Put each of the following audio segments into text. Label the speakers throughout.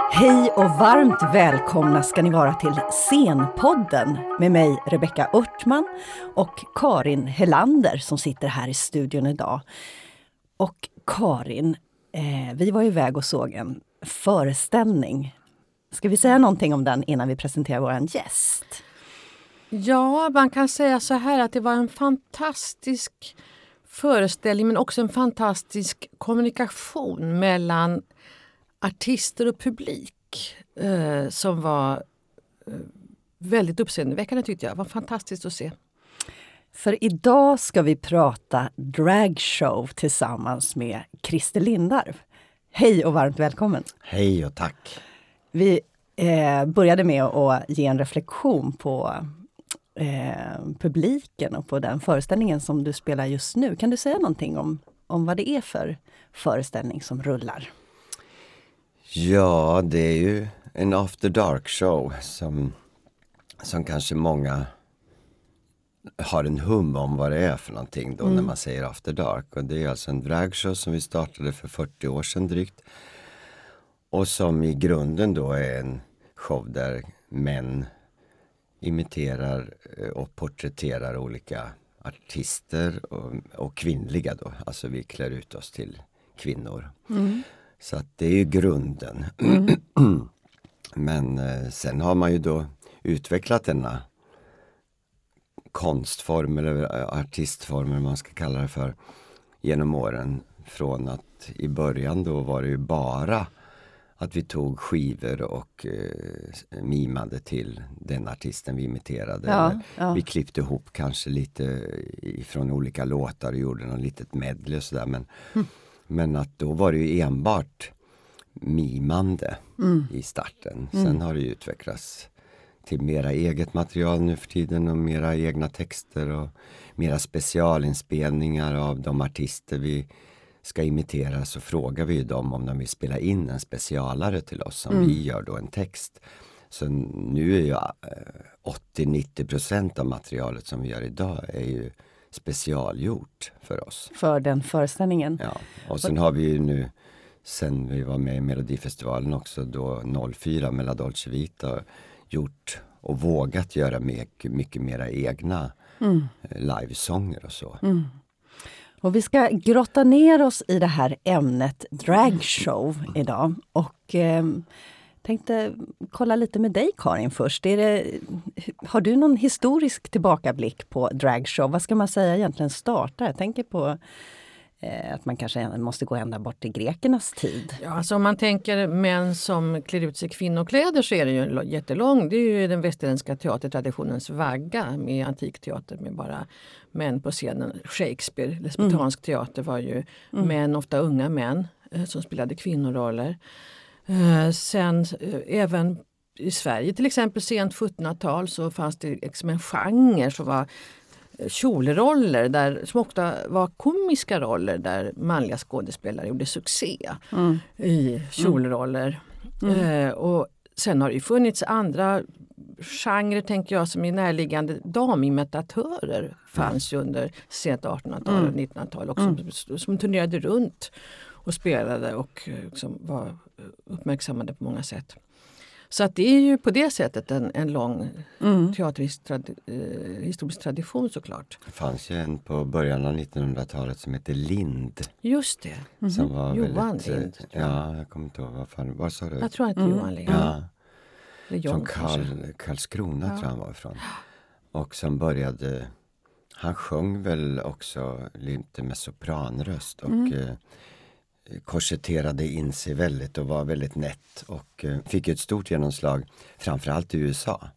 Speaker 1: Hej och varmt välkomna ska ni vara till Scenpodden med mig Rebecka Örtman och Karin Helander som sitter här i studion idag. Och Karin, vi var iväg och såg en föreställning. Ska vi säga någonting om den innan vi presenterar vår gäst?
Speaker 2: Ja, man kan säga så här att det var en fantastisk föreställning men också en fantastisk kommunikation mellan artister och publik som var väldigt uppseendeväckande tyckte jag. Det var fantastiskt att se.
Speaker 1: För idag ska vi prata dragshow tillsammans med Christer Lindarw. Hej och varmt välkommen.
Speaker 3: Hej och tack.
Speaker 1: Vi började med att ge en reflektion på publiken och på den föreställningen som du spelar just nu. Kan du säga någonting om vad det är för föreställning som rullar?
Speaker 3: Ja, det är ju en after dark show som kanske många har en hum om vad det är för någonting då när man säger after dark. Och det är alltså en dragshow som vi startade för 40 år sedan drygt. Och som i grunden då är en show där män imiterar och porträtterar olika artister och kvinnliga då. Alltså vi klär ut oss till kvinnor. Så att det är ju grunden. Men sen har man ju då utvecklat denna konstform eller artistform eller man ska kalla det för genom åren. Från att i början då var det ju bara att vi tog skivor och mimade till den artisten vi imiterade. Ja. Vi klippte ihop kanske lite från olika låtar och gjorde något litet medley och sådär. Men att då var det ju enbart mimande i starten. Sen har det ju utvecklats till mera eget material nu för tiden och mera egna texter och mera specialinspelningar av de artister vi ska imitera. Så frågar vi ju dem om de vill spela in en specialare till oss som vi gör då en text. Så nu är ju 80-90% av materialet som vi gör idag är ju specialgjort för oss.
Speaker 1: För den föreställningen.
Speaker 3: Ja, och sen har vi ju nu, sen vi var med i Melodifestivalen också då 04 med La Dolce Vita, gjort och vågat göra mycket mera egna livesånger och så.
Speaker 1: Och vi ska grotta ner oss i det här ämnet dragshow idag. Och tänkte kolla lite med dig Karin först. Har du någon historisk tillbakablick på dragshow? Vad ska man säga egentligen startar? Jag tänker på att man kanske måste gå ända bort till grekernas tid.
Speaker 2: Ja, alltså om man tänker män som klär ut sig i kvinnokläder så är det ju jättelång. Det är ju den västerländska teatertraditionens vagga med antikteater med bara män på scenen. Shakespeare, lesbiansk teater var ju män, ofta unga män som spelade kvinnoroller. Sen även i Sverige till exempel sent 1700-tal så fanns det liksom en genre som var kjolroller som ofta var komiska roller där manliga skådespelare gjorde succé i kjolroller. Och sen har det ju funnits andra genrer tänker jag som är närliggande. Damimitatörer fanns ju under sent 1800-tal och 1900-tal också som turnerade runt och spelade och liksom var uppmärksammade på många sätt. Så att det är ju på det sättet en lång teaterhistorisk tradition såklart.
Speaker 3: Det fanns ju en på början av 1900-talet som hette Lind.
Speaker 2: Just det.
Speaker 3: Som var
Speaker 2: Johan
Speaker 3: väldigt,
Speaker 2: Lind.
Speaker 3: Ja, jag kommer inte ihåg vad sa du?
Speaker 2: Jag tror att Johan Lind.
Speaker 3: Ja.
Speaker 2: John,
Speaker 3: från Karlskrona tror jag han var ifrån. Och som började, han sjöng väl också lite med sopranröst och korsetterade in sig väldigt och var väldigt nätt och fick ett stort genomslag framförallt i USA.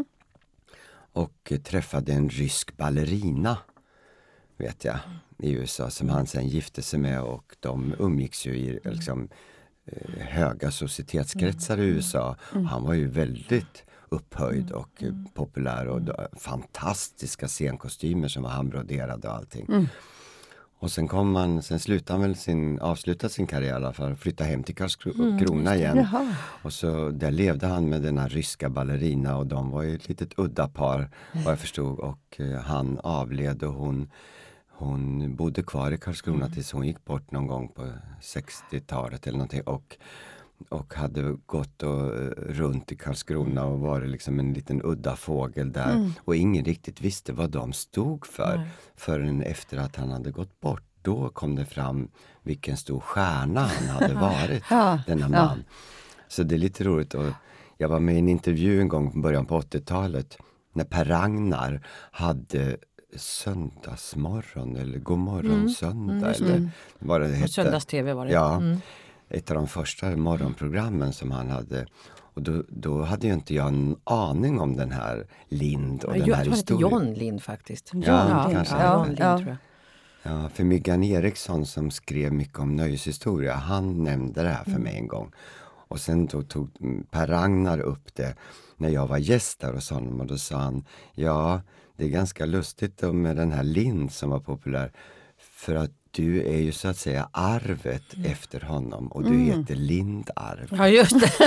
Speaker 3: Och träffade en rysk ballerina vet jag i USA som han sen gifte sig med och de umgicks ju i liksom, höga societetskretsar i USA. Han var ju väldigt upphöjd och populär och fantastiska scenkostymer som var handbroderade och allting. Och sen slutade han väl avslutade sin karriär i alla fall, flytta hem till Karlskrona igen.
Speaker 1: Jaha.
Speaker 3: Och så där levde han med den här ryska ballerina och de var ju ett litet udda par vad jag förstod. Och han avled och hon bodde kvar i Karlskrona tills hon gick bort någon gång på 60-talet eller någonting. Och och hade gått runt i Karlskrona och varit liksom en liten udda fågel där. Och ingen riktigt visste vad de stod för. Nej. Förrän efter att han hade gått bort. Då kom det fram vilken stor stjärna han hade varit, denna man. Så det är lite roligt. Och jag var med i en intervju en gång på början på 80-talet när Per Ragnar hade söndagsmorgon eller godmorgon söndag. Eller vad det hette.
Speaker 2: Söndags-tv var det.
Speaker 3: Ja, ett av de första morgonprogrammen som han hade. Och då hade ju inte jag en aning om den här Lind och den här historien.
Speaker 2: John Lind faktiskt.
Speaker 3: Kanske.
Speaker 2: John Lind, tror jag.
Speaker 3: Ja, för Myggan Eriksson som skrev mycket om nöjeshistoria, han nämnde det här för mig en gång. Och sen då tog Per Ragnar upp det när jag var gäst där hos honom och då sa han, ja det är ganska lustigt med den här Lind som var populär för att du är ju så att säga arvet efter honom och du heter Lindarv.
Speaker 2: Ja, just det.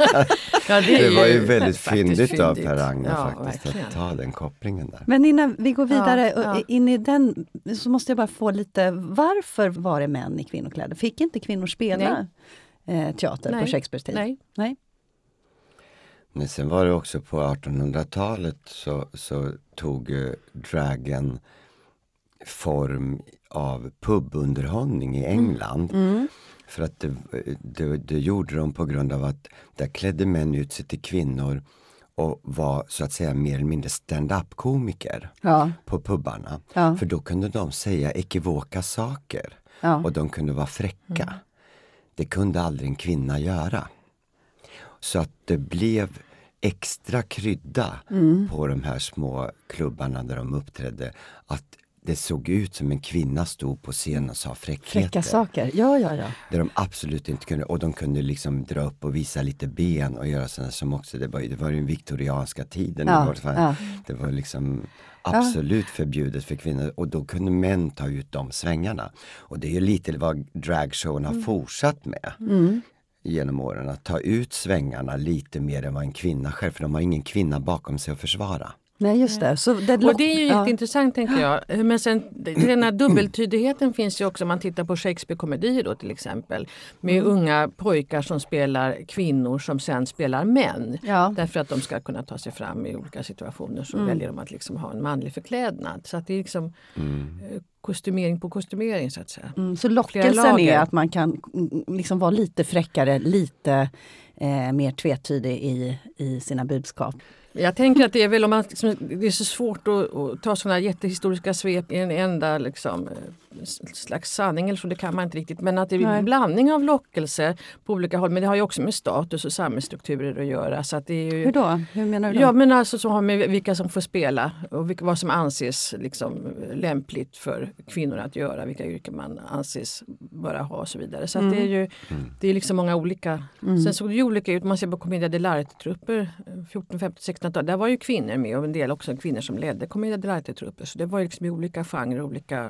Speaker 3: Det var ju väldigt fyndigt av Per Ragnar faktiskt verkligen. Att ta den kopplingen där.
Speaker 1: Men innan vi går vidare in i den så måste jag bara få lite, varför var det män i kvinnokläder? Fick inte kvinnor spela teater på Shakespeares tid? Nej.
Speaker 3: Men sen var det också på 1800-talet så tog dragen form av pubunderhållning i England. För att det gjorde de på grund av att där klädde män ut sig till kvinnor och var så att säga mer eller mindre stand-up-komiker på pubbarna. För då kunde de säga ekivoka saker och de kunde vara fräcka. Det kunde aldrig en kvinna göra. Så att det blev extra krydda på de här små klubbarna där de uppträdde. Att det såg ut som en kvinna stod på scen och sa fräckheter.
Speaker 1: Fräcka saker, ja.
Speaker 3: Där de absolut inte kunde, och de kunde liksom dra upp och visa lite ben och göra sådana som också, det var ju den viktorianska tiden. Det var liksom absolut förbjudet för kvinnor och då kunde män ta ut de svängarna. Och det är ju lite vad dragshowen har fortsatt med. Genom åren att ta ut svängarna lite mer än vad en kvinna själv, för de har ingen kvinna bakom sig att försvara.
Speaker 1: Nej, just det. Så
Speaker 2: och det är ju jätteintressant tänker jag. Men sen den här dubbeltydigheten finns ju också om man tittar på Shakespeare-komedier då till exempel. Med unga pojkar som spelar kvinnor som sen spelar män. Därför att de ska kunna ta sig fram i olika situationer så väljer de att liksom ha en manlig förklädnad. Så att det är liksom kostymering på kostymering så att säga.
Speaker 1: Så lockelsen är att man kan liksom vara lite fräckare, lite mer tvetydig i sina budskap.
Speaker 2: Jag tänker att det är väl om man liksom, det är så svårt att ta sådana jättehistoriska svep i en enda liksom, slags sanning eller så, det kan man inte riktigt. Men att det är en blandning av lockelse på olika håll, men det har ju också med status och samhällsstrukturer att göra. Så att det är ju,
Speaker 1: hur då? Hur menar du då?
Speaker 2: Ja, men alltså så har med vilka som får spela och vad som anses liksom lämpligt för kvinnor att göra, vilka yrken man anses bara ha och så vidare. Så att det är ju det är liksom många olika. Sen såg det ju olika ut, man ser på Commedia dell'arte-trupper 14, 15, 16-tal. Där var ju kvinnor med och en del också kvinnor som ledde Commedia dell'arte-trupper. Så det var ju liksom i olika genrer, olika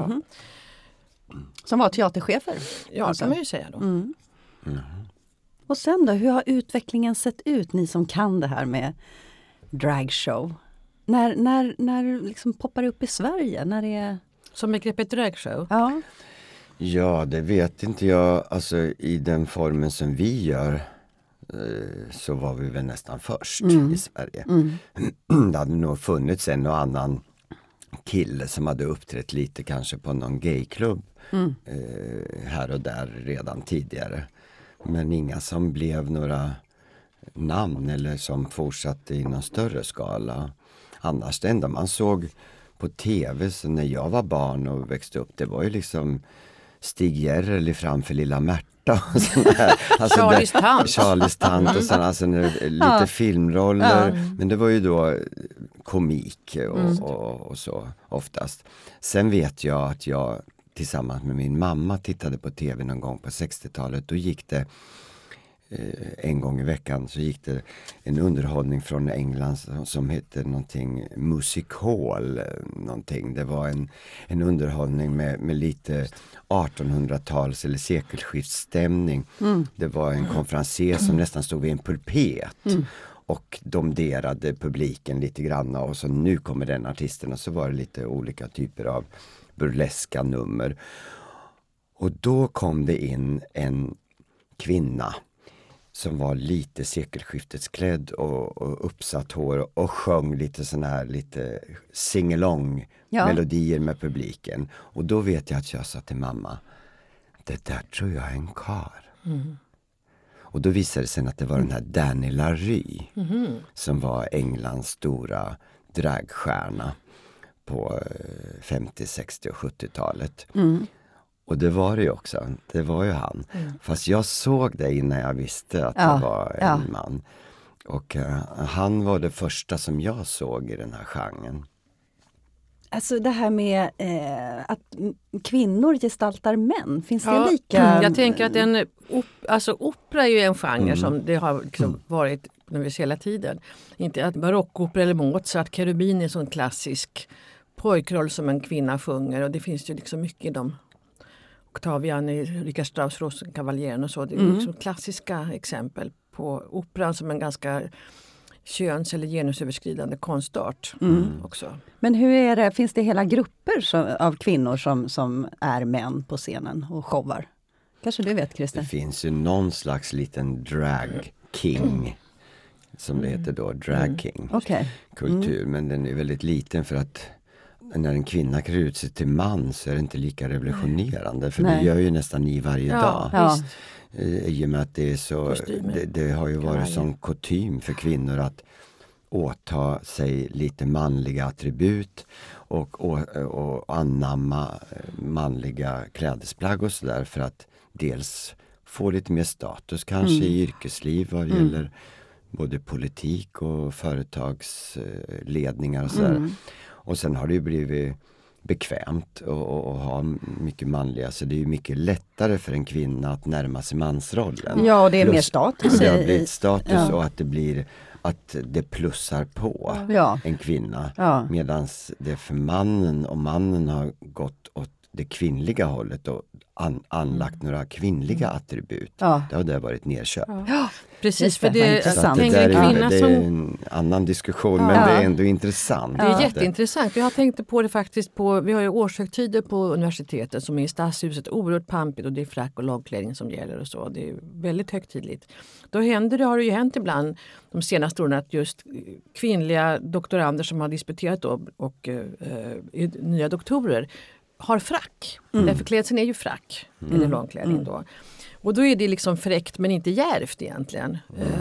Speaker 1: som var teaterchefer.
Speaker 2: Ja, alltså. Kan man ju säga då.
Speaker 1: Och sen då, hur har utvecklingen sett ut, ni som kan det här med dragshow? När liksom poppar det upp i Sverige? När det är...
Speaker 2: Som begreppet dragshow?
Speaker 3: Ja, det vet inte jag. Alltså i den formen som vi gör så var vi väl nästan först i Sverige. Det hade nog funnits en och annan kille som hade uppträtt lite kanske på någon gayklubb här och där redan tidigare. Men inga som blev några namn eller som fortsatte i någon större skala. Annars det enda man såg på tv så när jag var barn och växte upp, det var ju liksom Stig Järrel framför Lilla Märta och alltså Charlies tant och sen alltså lite filmroller, men det var ju då komik och så oftast. Sen vet jag att jag tillsammans med min mamma tittade på tv någon gång på 60-talet. Då gick det en gång i veckan så gick det en underhållning från England som hette någonting Music Hall någonting. Det var en underhållning med lite 1800-tals eller sekelskiftsstämning. Det var en konferencier som nästan stod vid en pulpet och domderade publiken lite grann och så nu kommer den artisten och så var det lite olika typer av burleska nummer. Och då kom det in en kvinna som var lite sekelskiftesklädd och uppsatt hår och sjöng lite sån här lite sing-along melodier med publiken. Och då vet jag att jag sa till mamma, det där tror jag är en kar. Och då visade det sig att det var den här Danny Larue som var Englands stora dragstjärna på 50, 60 och 70-talet. Och det var det ju också. Det var ju han. Fast jag såg det innan jag visste att det var en man. Och han var det första som jag såg i den här genren.
Speaker 1: Alltså det här med att kvinnor gestaltar män, finns det lika?
Speaker 2: Jag tänker att opera är ju en genre som det har liksom varit hela tiden. Inte att barockopera eller Mozart, Cherubin är en sån klassisk pojkroll som en kvinna sjunger, och det finns ju liksom mycket i dem. Octavian i Richard Strauss Rosenkavaljen och så. Det är liksom klassiska exempel på operan som en ganska köns- eller genusöverskridande konstart också.
Speaker 1: Men hur är det, finns det hela grupper av kvinnor som är män på scenen och showar? Kanske du vet, Christer?
Speaker 3: Det finns ju någon slags liten drag king, som det heter då, drag king kultur, men den är väldigt liten, för att när en kvinna klär ut sig till man så är det inte lika revolutionerande, för det gör ju nästan ni varje dag. I och med att det är så, det har ju varit sån kutym för kvinnor att åta sig lite manliga attribut och anamma manliga klädesplagg och sådär, för att dels få lite mer status kanske i yrkesliv vad gäller både politik och företagsledningar och sådär. Och sen har det ju blivit bekvämt och ha mycket manliga, så det är ju mycket lättare för en kvinna att närma sig mansrollen.
Speaker 1: Ja, och det är mer status.
Speaker 3: Det har blivit status och att det plussar på en kvinna. Medan det för mannen, och mannen har gått åt det kvinnliga hållet och anlagt några kvinnliga attribut. Det har det varit nerköp.
Speaker 2: Precis, för det
Speaker 3: är en annan diskussion, men det är ändå intressant.
Speaker 2: Det är jätteintressant. Jag tänkte på det faktiskt vi har ju årshögtider på universitetet som är i Stadshuset, oerhört pampigt, och det är frack och långklänning som gäller och så. Det är väldigt högtidligt. Då har det ju hänt ibland de senaste åren att just kvinnliga doktorander som har disputerat och nya doktorer har frack. Därför klädseln är ju frack eller långklänning då. Och då är det liksom fräckt men inte djärvt egentligen.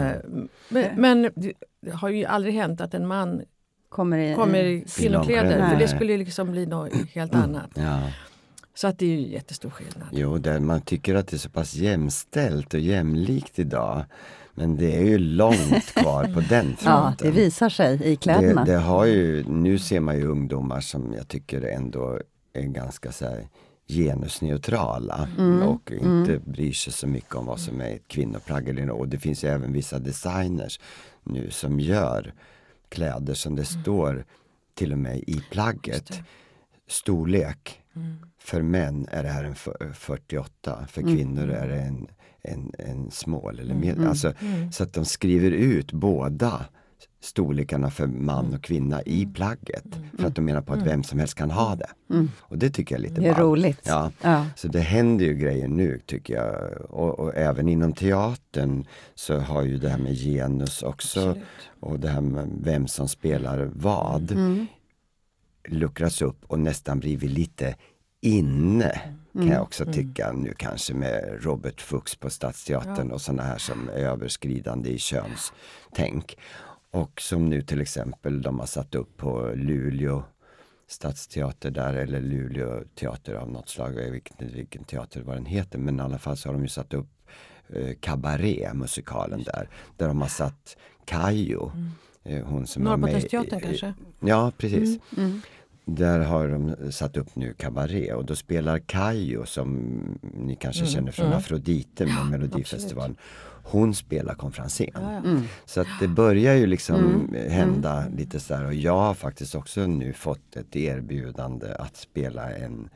Speaker 2: Men det har ju aldrig hänt att en man kommer i kvinnokläder. För det skulle liksom bli något helt annat. Ja. Så att det är ju jättestor skillnad.
Speaker 3: Jo, man tycker att det är så pass jämställt och jämlikt idag. Men det är ju långt kvar på den fronten.
Speaker 1: Ja, det visar sig i kläderna.
Speaker 3: Nu ser man ju ungdomar som jag tycker ändå är ganska så här genusneutrala och inte bryr sig så mycket om vad som är ett kvinnoplagg. Och det finns ju även vissa designers nu som gör kläder som det står till och med i plagget. Storlek. För män är det här en 48. För kvinnor är det en small eller med. Alltså, så att de skriver ut båda storlekarna för man och kvinna i plagget. För att de menar på att vem som helst kan ha det. Och det tycker jag är lite
Speaker 1: det är roligt.
Speaker 3: Ja. Så det händer ju grejer nu tycker jag. Och även inom teatern så har ju det här med genus också. Absolut. Och det här med vem som spelar vad. Luckras upp och nästan blivit lite inne. Kan jag också tycka nu kanske med Robert Fuchs på Stadsteatern och sådana här som är överskridande i könstänk. Och som nu till exempel de har satt upp på Luleå stadsteater där, eller Luleå teater av något slag, jag vet inte vilken teater vad den heter, men i alla fall så har de ju satt upp Cabaret-musikalen där de har satt Kajo, hon som är med
Speaker 2: Norrbottensteatern kanske?
Speaker 3: Ja, precis. Där har de satt upp nu Cabaret och då spelar Kajo, som ni kanske känner från Afrodite med Melodifestivalen. Hon spelar konferensen. Så att det börjar ju liksom hända lite så här. Och jag har faktiskt också nu fått ett erbjudande att spela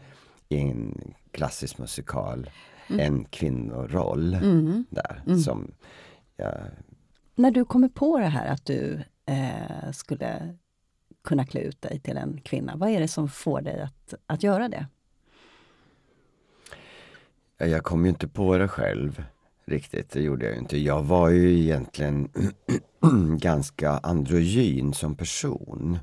Speaker 3: en klassisk musikal, en kvinnoroll där. Som
Speaker 1: När du kommer på det här att du skulle kunna klä ut dig till en kvinna, vad är det som får dig att göra det?
Speaker 3: Jag kom ju inte på det själv. riktigt, det gjorde jag ju inte. Jag var ju egentligen ganska androgyn som person.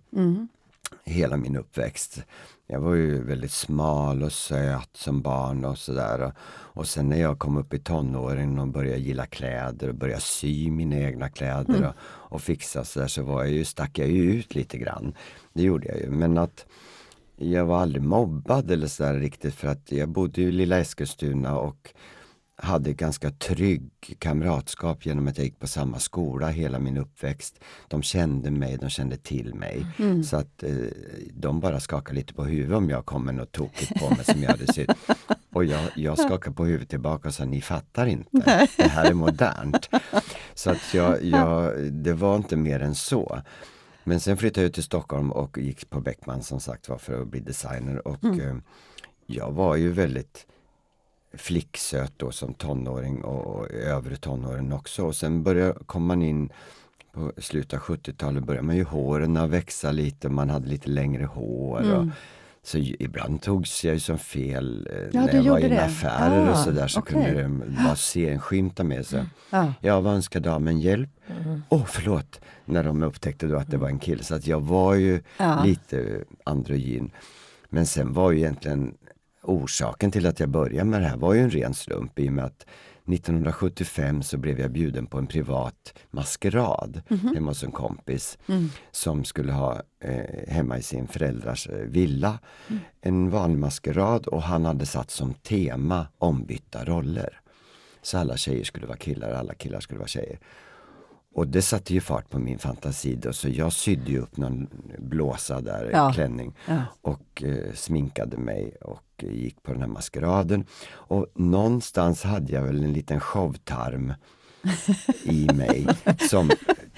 Speaker 3: Hela min uppväxt. Jag var ju väldigt smal och söt som barn och sådär. Och sen när jag kom upp i tonåren och började gilla kläder och började sy mina egna kläder och fixa sådär, så stack jag ju ut lite grann. Det gjorde jag ju. Men att jag var aldrig mobbad eller sådär riktigt, för att jag bodde i lilla Eskilstuna och hade ganska trygg kamratskap genom att jag gick på samma skola hela min uppväxt. De kände mig, de kände till mig. Så att de bara skakade lite på huvudet om jag kom med något tokigt på mig som jag hade sett. Och jag skakade på huvudet tillbaka och sa, ni fattar inte. Det här är modernt. Så att det var inte mer än så. Men sen flyttade jag till Stockholm och gick på Beckman som sagt var för att bli designer. Och jag var ju väldigt flicksöt då som tonåring och övre tonåren också. Och sen kom man in på slutet av 70-talet, började man ju håren att växa lite. Man hade lite längre hår. Och, så ibland togs jag ju som fel när jag var i affärer och sådär, så kunde det bara se en skymta med sig. Jag var önskad damen hjälp. Förlåt. När de upptäckte då att det var en kille. Så att jag var ju lite androgyn. Men sen var ju egentligen orsaken till att jag började med det här var ju en ren slump, i och med att 1975 så blev jag bjuden på en privat maskerad hemma hos en kompis som skulle ha hemma i sin föräldrars villa en vanlig maskerad, och han hade satt som tema ombytta roller. Så alla tjejer skulle vara killar, alla killar skulle vara tjejer. Och det satte ju fart på min fantasi då, så jag sydde ju upp någon blåsa där klänning och sminkade mig och gick på den här maskeraden. Och någonstans hade jag väl en liten showtarm i mig som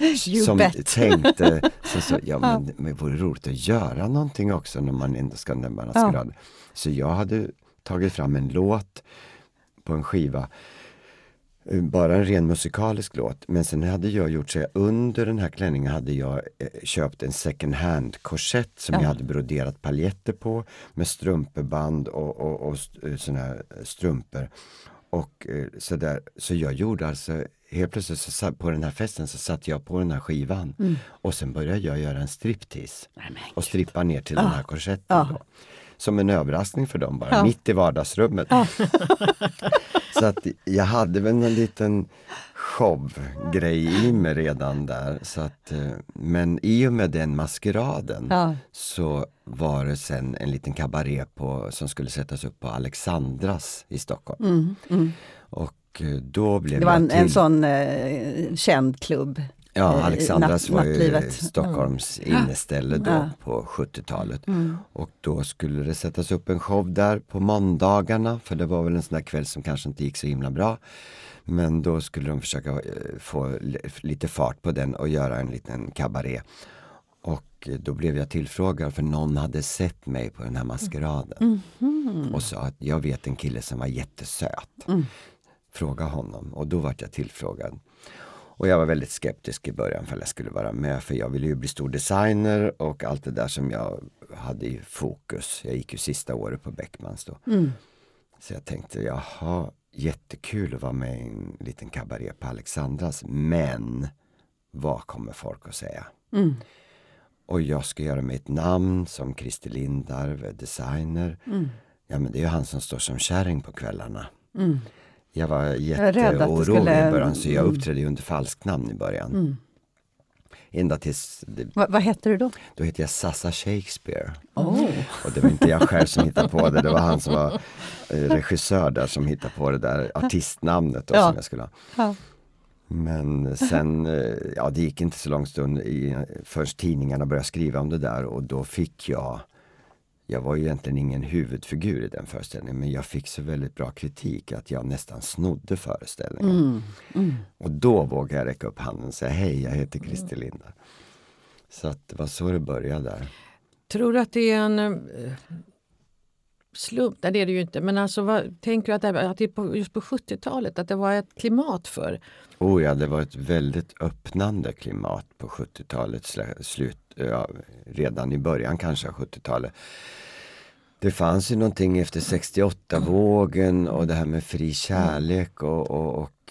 Speaker 3: tänkte men det vore roligt att göra någonting också när man ändå ska nämna maskeraden. Så jag hade tagit fram en låt på en skiva. Bara en ren musikalisk låt. Men sen hade jag gjort så, under den här klänningen hade jag köpt en second hand korsett som jag hade broderat paljetter på med strumpeband och såna här strumpor. Och sådär. Så jag gjorde alltså, helt plötsligt så på den här festen så satt jag på den här skivan. Och sen började jag göra en striptease. Och strippa ner till den här korsetten då. Som en överraskning för dem bara, mitt i vardagsrummet. Så att jag hade väl en liten showgrej i mig redan där. Så att, men i och med den maskeraden så var det sen en liten kabaré som skulle sättas upp på Alexandras i Stockholm. Och då blev
Speaker 1: det var en sån känd klubb.
Speaker 3: Ja, Alexandras var ju Stockholms inneställe då på 70-talet. Och då skulle det sättas upp en show där på måndagarna, för det var väl en sån där kväll som kanske inte gick så himla bra. Men då skulle de försöka få lite fart på den och göra en liten kabaré. Och då blev jag tillfrågad, för någon hade sett mig på den här maskeraden. Och sa att jag vet en kille som var jättesöt. Fråga honom. Och då var jag tillfrågad. Och jag var väldigt skeptisk i början för att jag skulle vara med. För jag ville ju bli stor designer och allt det där som jag hade i fokus. Jag gick ju sista året på Beckmans då. Så jag tänkte, jaha, jättekul att vara med i en liten kabaré på Alexandras. Men vad kommer folk att säga? Och jag ska göra mig ett namn som Christer Lindarw, designer. Ja, men det är ju han som står som kärring på kvällarna. Jag var jätteorolig i början, så jag uppträdde under falsknamn i början. Ända tills...
Speaker 1: Vad hette du då?
Speaker 3: Då hette jag Sassa Shakespeare. Och det var inte jag själv som hittade på det. Det var han som var regissör där som hittade på det där artistnamnet då, som jag skulle ha. Men sen, det gick inte så lång stund först tidningarna började skriva om det där, och då fick jag var ju egentligen ingen huvudfigur i den föreställningen, men jag fick så väldigt bra kritik att jag nästan snodde föreställningen. Och då vågade jag räcka upp handen och säga, hej, jag heter Christer Lindarw. Så att det var så det började där.
Speaker 2: Tror du att det är en slump? Nej, det är det ju inte. Men alltså, tänker du att det just på 70-talet, att det var ett klimat för?
Speaker 3: Ja, det var ett väldigt öppnande klimat på 70-talets slut. Redan i början kanske av 70-talet. Det fanns ju någonting efter 68-vågen och det här med fri kärlek och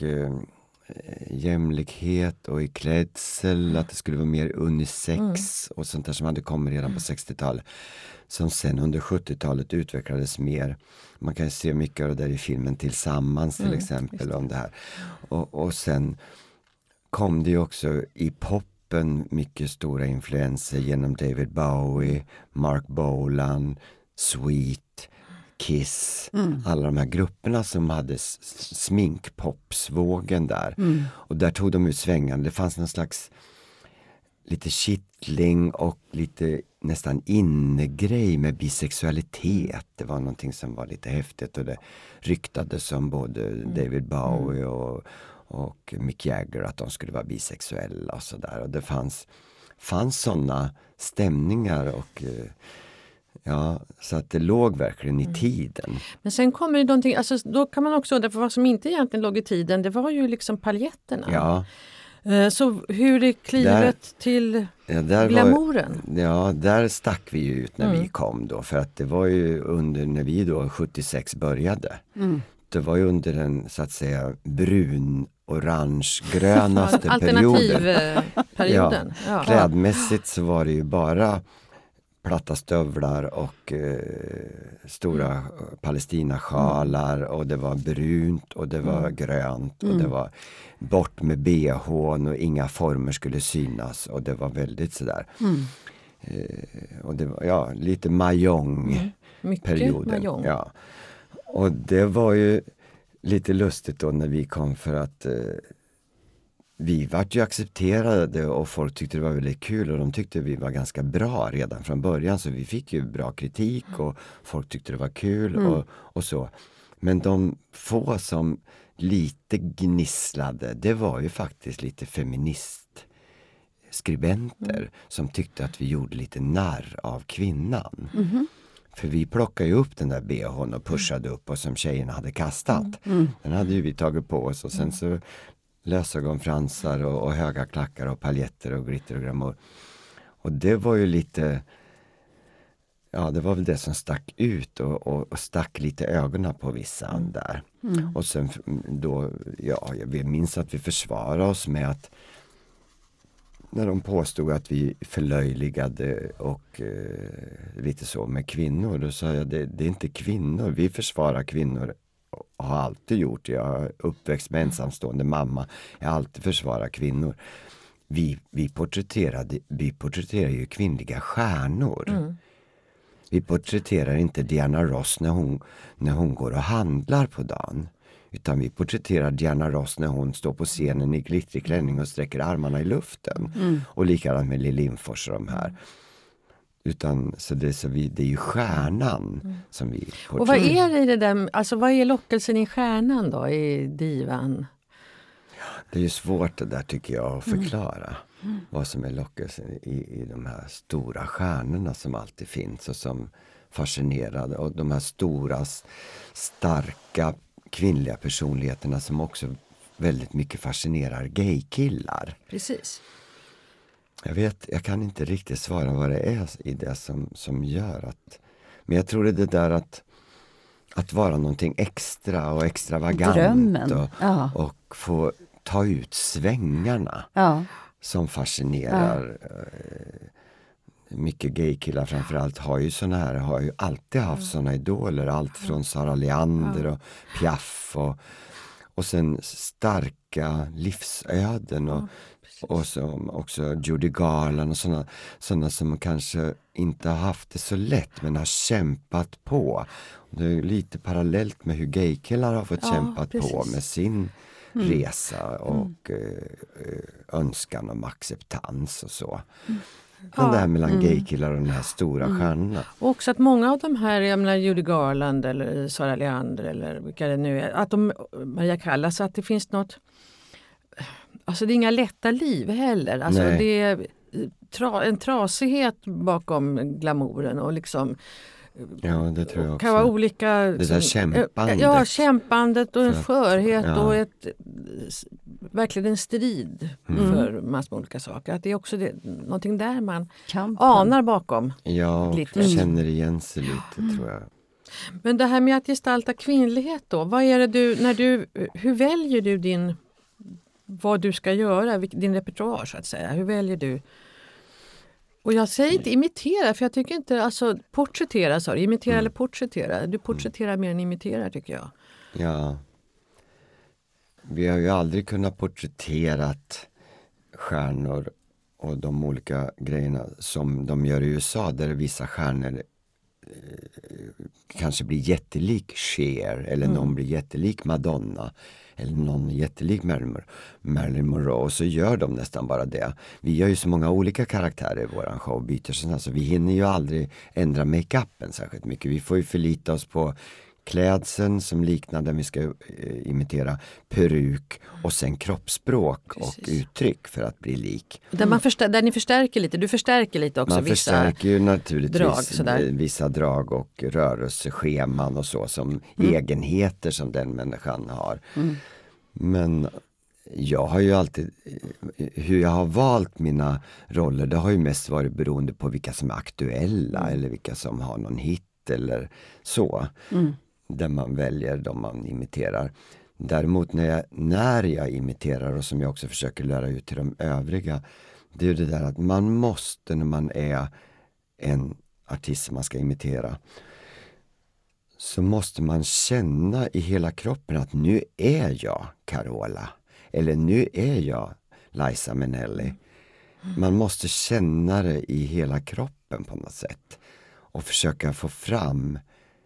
Speaker 3: jämlikhet och i klädsel, att det skulle vara mer unisex och sånt där som hade kommit redan på 60-talet. Som sen under 70-talet utvecklades mer. Man kan se mycket av det där i filmen Tillsammans till exempel om det här. Och sen kom det ju också i poppen mycket stora influenser genom David Bowie, Mark Bolan, Sweet, Kiss, alla de här grupperna som hade sminkpopsvågen där. Och där tog de ut svängan. Det fanns någon slags lite kittling och lite nästan innegrej med bisexualitet. Det var någonting som var lite häftigt och det ryktades om både David Bowie och Mick Jagger att de skulle vara bisexuella och sådär. Och det fanns sådana stämningar och ja, så att det låg verkligen i tiden.
Speaker 2: Men sen kommer det någonting, alltså då kan man också undra, för vad som inte egentligen låg i tiden, det var ju liksom paljetterna.
Speaker 3: Ja.
Speaker 2: Så hur är klivet till glamouren?
Speaker 3: Där stack vi ju ut när vi kom då. För att det var ju under, när vi då 76 började. Det var ju under den så att säga brun-orange-grönaste perioden.
Speaker 2: Alternativperioden.
Speaker 3: Ja. Klädmässigt så var det ju bara platta stövlar och stora palestinasjalar och det var brunt och det var grönt och det var bort med BH:n och inga former skulle synas och det var väldigt sådär. Och det var lite mahjong-perioden. Ja. Och det var ju lite lustigt då när vi kom för att vi vart ju accepterade och folk tyckte det var väldigt kul och de tyckte vi var ganska bra redan från början så vi fick ju bra kritik och folk tyckte det var kul och så. Men de få som lite gnisslade, det var ju faktiskt lite feministskribenter som tyckte att vi gjorde lite narr av kvinnan. För vi plockade ju upp den där BH:n och pushade upp och som tjejerna hade kastat. Den hade ju vi tagit på oss och sen så lösögonfransar och höga klackar och paljetter och glitter och glamour. Och det var ju lite, det var väl det som stack ut och stack lite ögonen på vissa där. Och sen då, jag minns att vi försvarade oss med att när de påstod att vi förlöjligade och lite så med kvinnor, då sa jag det är inte kvinnor, vi försvarar kvinnor och har alltid gjort. Jag är uppväxt med ensamstående mamma, jag har alltid försvarat kvinnor. Vi porträtterar ju kvinnliga stjärnor. Vi porträtterar inte Diana Ross när hon går och handlar på dagen. Utan vi porträtterar Diana Ross när hon står på scenen i glittrig klänning och sträcker armarna i luften. Och likadant med Lill Lindfors och de här. Utan det är ju stjärnan som vi porträtterar.
Speaker 2: Och vad är det i det där, alltså vad är lockelsen i stjärnan då, i divan?
Speaker 3: Det är ju svårt det där tycker jag att förklara. Vad som är lockelsen i de här stora stjärnorna som alltid finns och som fascinerar. Och de här stora, starka kvinnliga personligheterna som också väldigt mycket fascinerar gaykillar.
Speaker 2: Precis.
Speaker 3: Jag kan inte riktigt svara vad det är i det som gör att... Men jag tror det där att vara någonting extra och extravagant.
Speaker 1: Drömmen.
Speaker 3: Och få ta ut svängarna som fascinerar. Mycket gaykillar framförallt har ju alltid haft såna idoler. Allt från Sara Leander och Piaf och sen starka livsöden och som också Judy Garland och såna som kanske inte har haft det så lätt men har kämpat på. Det är lite parallellt med hur gaykillar har fått kämpat på med sin resa och önskan om acceptans och så. Det här mellan gaykillar och den här stora stjärnorna.
Speaker 2: Och också att många av de här, jag menar Judy Garland eller Sara Leander eller vilka det nu är, att Maria Callas, att det finns något, alltså det är inga lätta liv heller. Alltså det är en trasighet bakom glamouren och liksom
Speaker 3: Ja, det tror jag också.
Speaker 2: Kan vara olika...
Speaker 3: Det där kämpandet.
Speaker 2: Ja, kämpandet och en skörhet
Speaker 3: ja.
Speaker 2: och verkligen en strid för massor med olika saker. Att det är också någonting där man anar bakom.
Speaker 3: Ja, och känner igen sig lite tror jag.
Speaker 2: Men det här med att gestalta kvinnlighet då, vad är det hur väljer du vad du ska göra, din repertoar så att säga, hur väljer du? Och jag säger inte imitera, för jag tycker inte, alltså porträttera, sa du, imitera eller porträttera, du porträtterar mer än imiterar tycker jag.
Speaker 3: Ja, vi har ju aldrig kunnat porträtterat stjärnor och de olika grejerna som de gör i USA, där vissa stjärnor kanske blir jättelik Cher eller någon blir jättelik Madonna eller någon jättelik Marilyn Monroe, och så gör de nästan bara det. Vi gör ju så många olika karaktärer i våran show, byter sådana, så vi hinner ju aldrig ändra make-upen särskilt mycket. Vi får ju förlita oss på klädseln som liknar den vi ska imitera, peruk och sen kroppsspråk. Precis. Och uttryck för att bli lik.
Speaker 2: Där ni förstärker lite, du förstärker lite också.
Speaker 3: Man förstärker ju naturligtvis
Speaker 2: drag,
Speaker 3: vissa drag och rörelsescheman och så som egenheter som den människan har. Men jag har ju alltid, hur jag har valt mina roller, det har ju mest varit beroende på vilka som är aktuella eller vilka som har någon hit eller så. Där man väljer de man imiterar. Däremot när jag imiterar, och som jag också försöker lära ut till de övriga, det är ju det där att man måste, när man är en artist som man ska imitera, så måste man känna i hela kroppen att nu är jag Carola, eller nu är jag Liza Minnelli. Man måste känna det i hela kroppen på något sätt och försöka få fram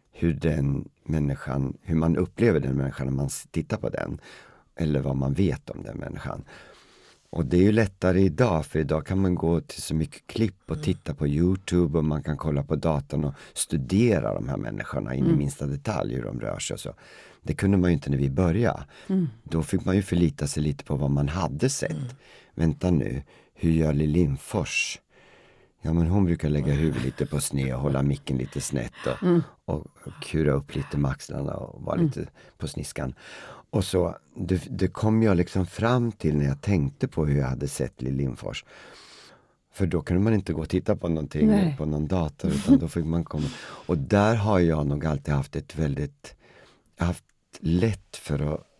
Speaker 3: hur man upplever den människan när man tittar på den, eller vad man vet om den människan. Och det är ju lättare idag, för idag kan man gå till så mycket klipp och titta på YouTube, och man kan kolla på datorn och studera de här människorna in i minsta detalj, hur de rör sig och så. Det kunde man ju inte när vi började. Då fick man ju förlita sig lite på vad man hade sett. Vänta nu, hur gör Lill Lindfors? Ja, men hon brukar lägga huvudet lite på sned och hålla micken lite snett och kura upp lite med axlarna och vara lite på sniskan. Och så, det kom jag liksom fram till när jag tänkte på hur jag hade sett Lill Lindfors. För då kunde man inte gå och titta på någonting på någon dator, utan då fick man komma. Och där har jag nog alltid haft jag har haft lätt för att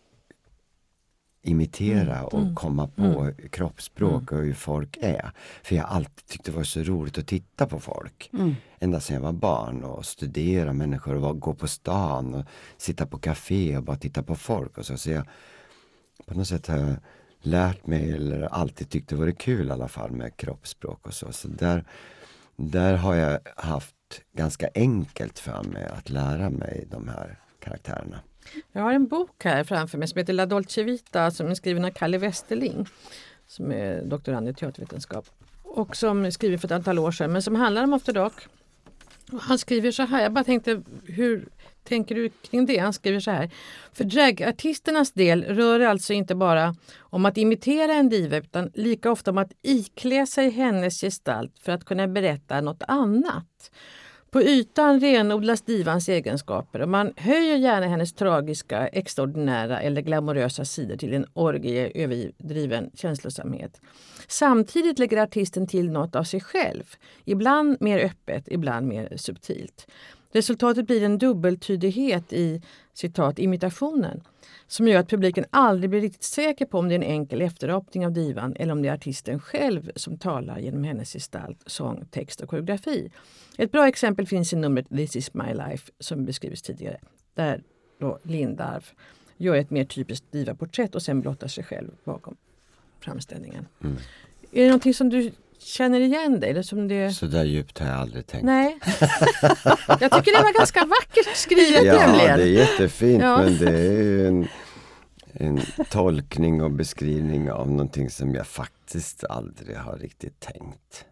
Speaker 3: imitera och komma på kroppsspråk och hur folk är. För jag alltid tyckte det var så roligt att titta på folk. Ända sedan jag var barn, och studera människor och gå på stan och sitta på café och bara titta på folk. Och så jag på något sätt har jag lärt mig, eller alltid tyckt det var kul i alla fall med kroppsspråk och så. Så där har jag haft ganska enkelt för mig att lära mig de här karaktärerna.
Speaker 2: Jag har en bok här framför mig som heter La Dolce Vita, som är skriven av Kalle Westerling, som är doktorand i teatervetenskap och som är skriven för ett antal år sedan, men som handlar om After Dark. Och han skriver så här, jag bara tänkte, hur tänker du kring det? Han skriver så här: för dragartisternas del rör det alltså inte bara om att imitera en diva, utan lika ofta om att iklä sig hennes gestalt för att kunna berätta något annat. På ytan renodlas divans egenskaper, och man höjer gärna hennes tragiska, extraordinära eller glamorösa sidor till en orgie överdriven känslosamhet. Samtidigt lägger artisten till något av sig själv, ibland mer öppet, ibland mer subtilt. Resultatet blir en dubbeltydighet i, citat, imitationen, som gör att publiken aldrig blir riktigt säker på om det är en enkel efterapning av divan eller om det är artisten själv som talar genom hennes gestalt, sång, text och koreografi. Ett bra exempel finns i numret This is my life, som beskrivits tidigare, där då Lindarw gör ett mer typiskt divaporträtt och sen blottar sig själv bakom framställningen. Är det någonting som du känner igen dig? Eller som det...
Speaker 3: Så där djupt har jag aldrig tänkt.
Speaker 2: Nej. Jag tycker det var ganska vackert skrivet.
Speaker 3: Ja,
Speaker 2: nämligen.
Speaker 3: Det är jättefint, men det är ju en tolkning och beskrivning av någonting som jag faktiskt aldrig har riktigt tänkt.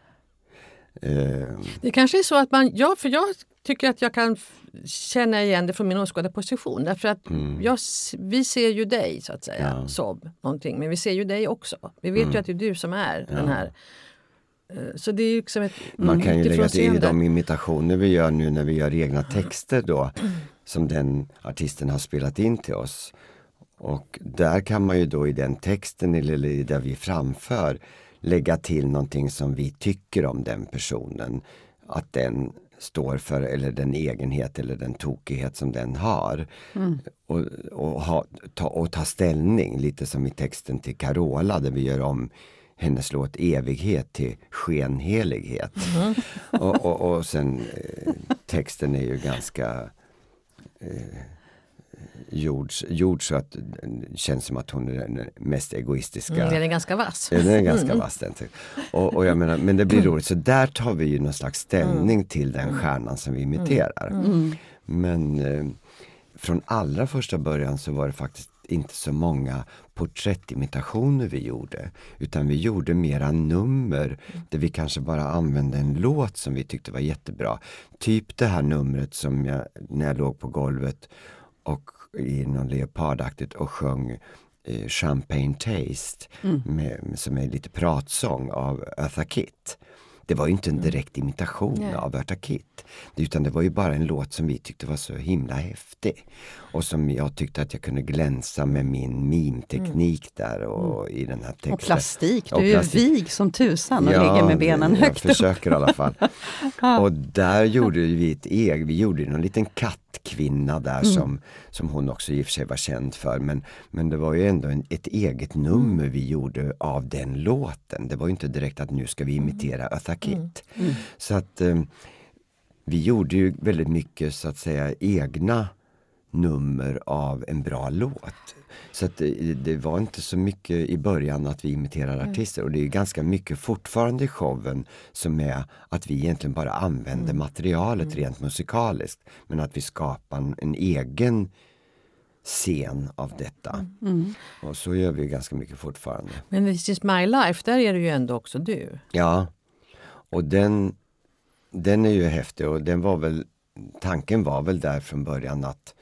Speaker 2: Det kanske är så att för jag tycker att jag kan känna igen det från min åskådarposition, därför att vi ser ju dig så att säga som någonting, men vi ser ju dig också. Vi vet ju att det är du som är den här Så det är ju liksom ett...
Speaker 3: Man kan ju lägga till i
Speaker 2: där.
Speaker 3: de imitationer vi gör nu när vi gör egna texter då, som den artisten har spelat in till oss. Och där kan man ju då i den texten eller där vi framför lägga till någonting som vi tycker om den personen. Att den står för, eller den egenhet eller den tokighet som den har. Och ta ställning, lite som i texten till Carola där vi gör om hennes låt Evighet till Skenhelighet. Och sen texten är ju ganska gjord så att det känns som att hon är den mest egoistiska.
Speaker 2: Den är ganska vass.
Speaker 3: Den är ganska vass. Och jag menar, men det blir roligt. Så där tar vi ju någon slags ställning till den stjärnan som vi imiterar. Men från allra första början så var det faktiskt inte så många porträttimitationer vi gjorde. Utan vi gjorde mera nummer där vi kanske bara använde en låt som vi tyckte var jättebra. Typ det här numret som när jag låg på golvet och i någon leopardaktigt och sjöng Champagne Taste som är lite pratsång av Eartha Kitt. Det var ju inte en direkt imitation av Eartha Kitt. Utan det var ju bara en låt som vi tyckte var så himla häftig. Och som jag tyckte att jag kunde glänsa med min mimteknik där och i den här texten.
Speaker 1: Och plastik, du är vig som tusan och ligger med benen högt upp.
Speaker 3: Jag försöker i alla fall. Och där gjorde vi vi gjorde någon liten kattkvinna där som hon också i och för sig var känd för. Men det var ju ändå ett eget nummer vi gjorde av den låten. Det var ju inte direkt att nu ska vi imitera Eartha Kitt. Så att vi gjorde ju väldigt mycket så att säga egna nummer av en bra låt. Så att det var inte så mycket i början att vi imiterar artister. Och det är ganska mycket fortfarande i showen som är att vi egentligen bara använder materialet rent musikaliskt. Men att vi skapar en egen scen av detta. Och så gör vi ganska mycket fortfarande.
Speaker 2: Men This is my life, där är det ju ändå också du.
Speaker 3: Ja, och den är ju häftig och tanken var väl där från början att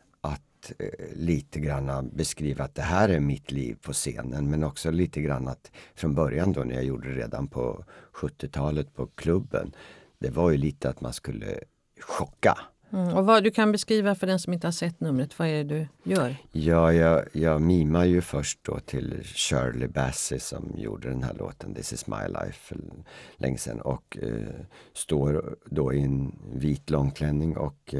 Speaker 3: lite grann beskriva att det här är mitt liv på scenen, men också lite grann att från början då när jag gjorde det redan på 70-talet på klubben, det var ju lite att man skulle chocka.
Speaker 2: Och vad du kan beskriva för den som inte har sett numret, vad är det du gör?
Speaker 3: Ja, jag mimar ju först då till Shirley Bassey som gjorde den här låten This is my life för länge sedan och står då i en vit långklänning och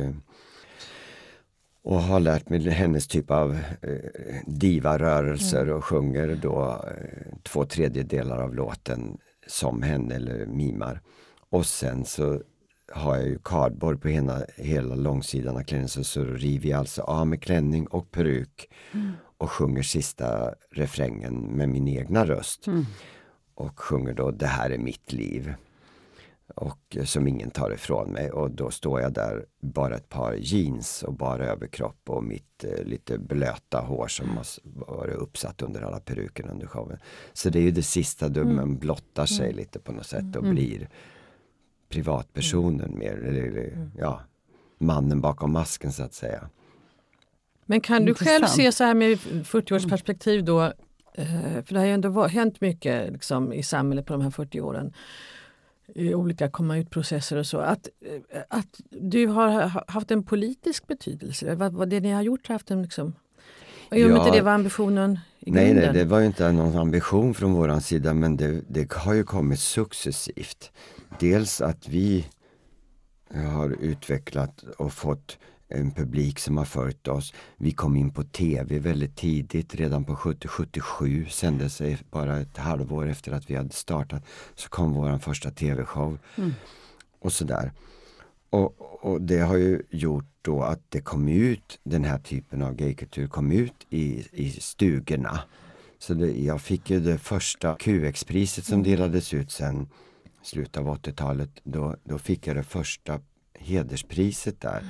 Speaker 3: har lärt mig hennes typ av divarörelser och sjunger då 2/3 av låten som henne eller mimar. Och sen så har jag ju kardborr på hela långsidan av klänningen så river jag alltså av med klänning och peruk och sjunger sista refrängen med min egna röst. Och sjunger då det här är mitt liv. Och som ingen tar ifrån mig. Och då står jag där bara ett par jeans och bara överkropp och mitt lite blöta hår som har varit uppsatt under alla peruken under showen. Så det är ju det sista då man blottar sig lite på något sätt och blir privatpersonen mer. Eller, mannen bakom masken så att säga.
Speaker 2: Men kan du själv se så här med 40-årsperspektiv då? För det har ju ändå hänt mycket liksom, i samhället på de här 40 åren. I olika komma ut-processer och så. Att du har haft en politisk betydelse. Vad det ni har gjort har haft en liksom... Om inte det var ambitionen i grunden?
Speaker 3: Nej, det var ju inte någon ambition från våran sida, men det har ju kommit successivt. Dels att vi har utvecklat och fått en publik som har följt oss. Vi kom in på tv väldigt tidigt, redan på 77 sändes sig bara ett halvår efter att vi hade startat. Så kom vår första tv-show och sådär. Och det har ju gjort då att det kom ut, den här typen av gaykultur kom ut i stugorna. Så jag fick ju det första QX-priset som delades ut sen slutet av 80-talet. Då fick jag det första hederspriset där.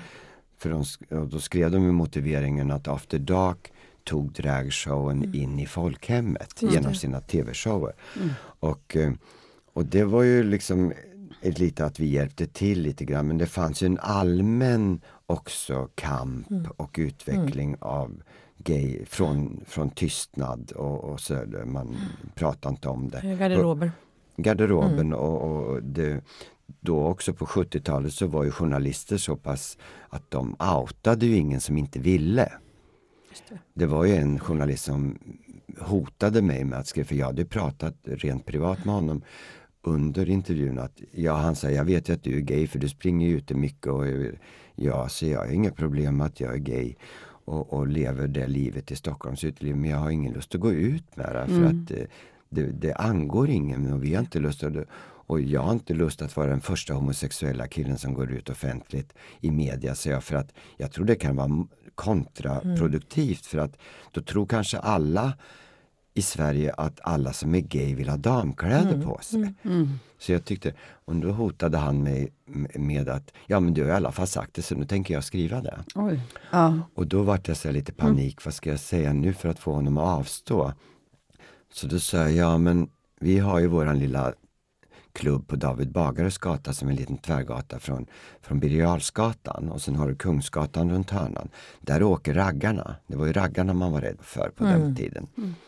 Speaker 3: Då skrev de i motiveringen att After Dark tog dragshowen in i folkhemmet genom sina tv-shower. Och det var ju liksom lite att vi hjälpte till lite grann, men det fanns ju en allmän också kamp och utveckling av gay från tystnad och så man pratar inte om det.
Speaker 2: Garderober.
Speaker 3: garderoben och det, då också på 70-talet så var ju journalister så pass att de outade ju ingen som inte ville. Det var ju en journalist som hotade mig med att skriva, för jag hade pratat rent privat med honom under intervjun att han säger, jag vet ju att du är gay för du springer ju ute mycket och så jag har inga problem med att jag är gay och lever det livet i Stockholms uteliv, men jag har ingen lust att gå ut med det för att det angår ingen och vi har inte lust att, och jag har inte lust att vara den första homosexuella killen som går ut offentligt i media, så för att jag tror det kan vara kontraproduktivt för att då tror kanske alla i Sverige att alla som är gay vill ha damkläder på sig. Så jag tyckte, och då hotade han mig med att men du har i alla fall sagt det så nu tänker jag skriva det.
Speaker 1: Oj. Ja.
Speaker 3: Och då var det så lite panik, vad ska jag säga nu för att få honom att avstå? Så då sa jag, men vi har ju våran lilla klubb på David Bagares gata som är en liten tvärgata från Birger Jarlsgatan och sen har du Kungsgatan runt hörnan. Där åker raggarna. Det var ju raggarna man var rädd för på den tiden.